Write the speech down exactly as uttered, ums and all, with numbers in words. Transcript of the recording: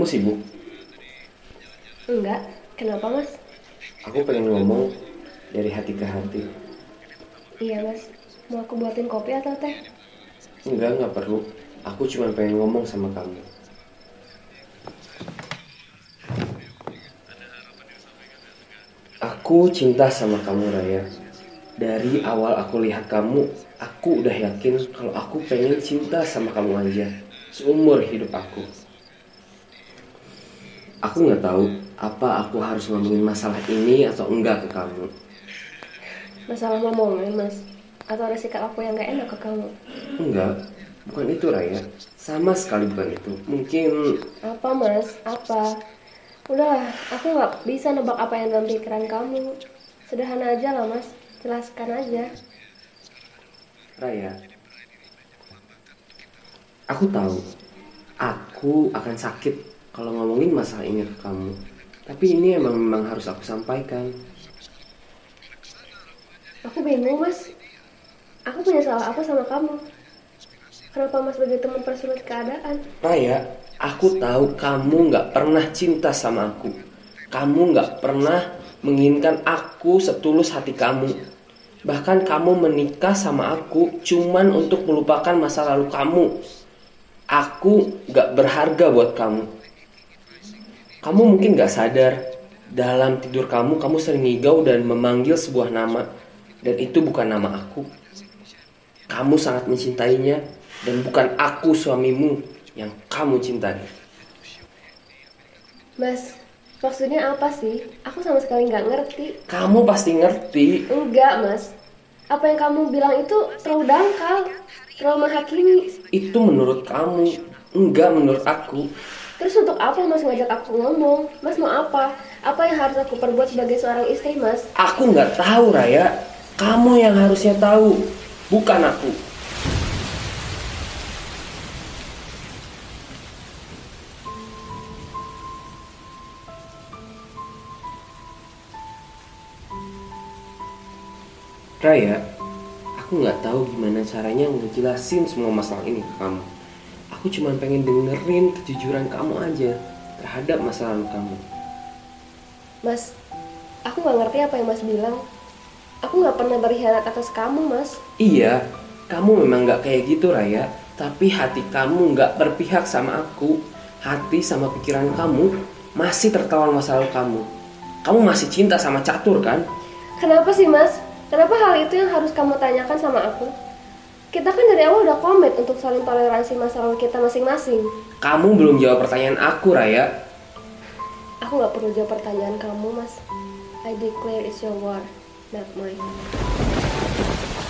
Kamu sibuk? Enggak, kenapa mas? Aku pengen ngomong dari hati ke hati. Iya mas, mau aku buatin kopi atau teh? Enggak, enggak perlu. Aku cuma pengen ngomong sama kamu. Aku cinta sama kamu, Raya. Dari awal aku lihat kamu, aku udah yakin kalau aku pengen cinta sama kamu aja seumur hidup aku. Aku nggak tahu apa aku harus ngomongin masalah ini atau enggak ke kamu. Masalah ngomongin mas? Atau ada sikap aku yang gak enak ke kamu? Enggak, bukan itu Raya. Sama sekali bukan itu. Mungkin Apa mas? Apa? Udahlah, aku gak bisa nebak apa yang dalam pikiran kamu. Sederhana aja lah mas, jelaskan aja. Raya, aku tahu aku akan sakit kalau ngomongin masalah ini ke kamu. Tapi ini emang memang harus aku sampaikan. Aku bingung mas. Aku punya salah apa sama kamu? Kenapa mas begitu mempersulit keadaan? Raya, aku tahu kamu gak pernah cinta sama aku. Kamu gak pernah menginginkan aku setulus hati kamu. Bahkan kamu menikah sama aku cuman untuk melupakan masa lalu kamu. Aku gak berharga buat kamu. Kamu mungkin gak sadar, dalam tidur kamu, kamu sering ngigau dan memanggil sebuah nama. Dan itu bukan nama aku. Kamu sangat mencintainya, dan bukan aku suamimu yang kamu cintai. Mas, maksudnya apa sih? Aku sama sekali gak ngerti. Kamu pasti ngerti. Enggak mas, apa yang kamu bilang itu terlalu dangkal, terlalu menghakimi. Itu menurut kamu, enggak menurut aku. Terus untuk apa mas ngajak aku ngomong? Mas mau apa? Apa yang harus aku perbuat sebagai seorang istri mas? Aku nggak tahu Raya. Kamu yang harusnya tahu, bukan aku. Raya, aku nggak tahu gimana caranya ngejelasin semua masalah ini ke kamu. Aku cuma pengen dengerin kejujuran kamu aja terhadap masa lalu kamu. Mas, aku gak ngerti apa yang mas bilang. Aku gak pernah berkhianat atas kamu mas. Iya, kamu memang nggak kayak gitu Raya. Tapi hati kamu nggak berpihak sama aku. Hati sama pikiran kamu masih tertawan masa lalu kamu. Kamu masih cinta sama Catur kan? Kenapa sih mas? Kenapa hal itu yang harus kamu tanyakan sama aku? Kita kan dari awal udah komit untuk saling toleransi masa lalu kita masing-masing. Kamu belum jawab pertanyaan aku Raya. Aku gak perlu jawab pertanyaan kamu mas. I declare it's your war, not mine.